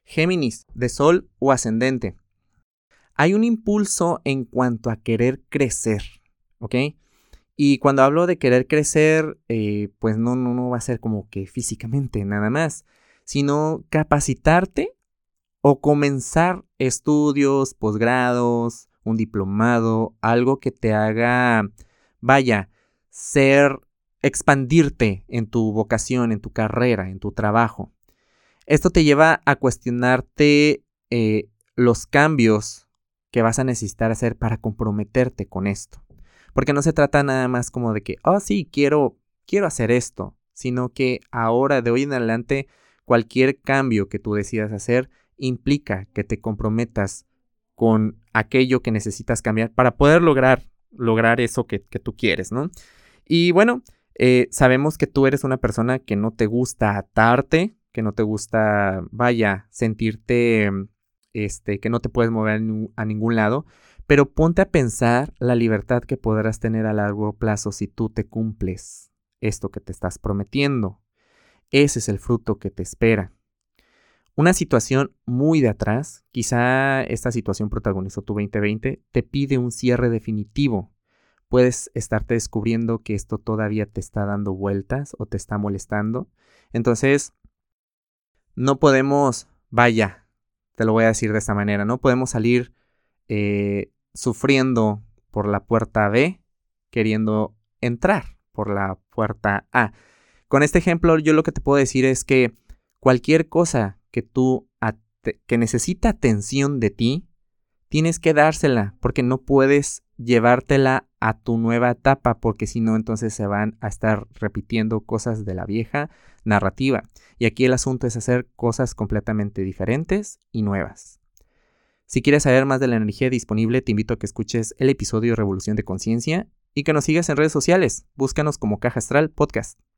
Géminis, de Sol o ascendente. Hay un impulso en cuanto a querer crecer, ¿ok? Y cuando hablo de querer crecer, pues no va a ser como que físicamente nada más, sino capacitarte o comenzar estudios, posgrados, un diplomado, algo que te haga, vaya, expandirte en tu vocación, en tu carrera, en tu trabajo. Esto te lleva a cuestionarte los cambios que vas a necesitar hacer para comprometerte con esto. Porque no se trata nada más como de que, oh sí, quiero hacer esto, sino que ahora, de hoy en adelante, cualquier cambio que tú decidas hacer implica que te comprometas con aquello que necesitas cambiar para poder lograr eso que tú quieres, ¿no? Y bueno, sabemos que tú eres una persona que no te gusta atarte, que no te gusta, vaya, sentirte, que no te puedes mover a ningún lado, pero ponte a pensar la libertad que podrás tener a largo plazo si tú te cumples esto que te estás prometiendo. Ese es el fruto que te espera. Una situación muy de atrás, quizá esta situación protagonizó tu 2020, te pide un cierre definitivo. Puedes estarte descubriendo que esto todavía te está dando vueltas o te está molestando. Entonces, no podemos, vaya, te lo voy a decir de esta manera, no podemos salir sufriendo por la puerta B, queriendo entrar por la puerta A. Con este ejemplo, yo lo que te puedo decir es que cualquier cosa que necesita atención de ti, tienes que dársela, porque no puedes llevártela a tu nueva etapa, porque si no, entonces se van a estar repitiendo cosas de la vieja narrativa. Y aquí el asunto es hacer cosas completamente diferentes y nuevas. Si quieres saber más de la energía disponible, te invito a que escuches el episodio de Revolución de Conciencia y que nos sigas en redes sociales. Búscanos como Caja Astral Podcast.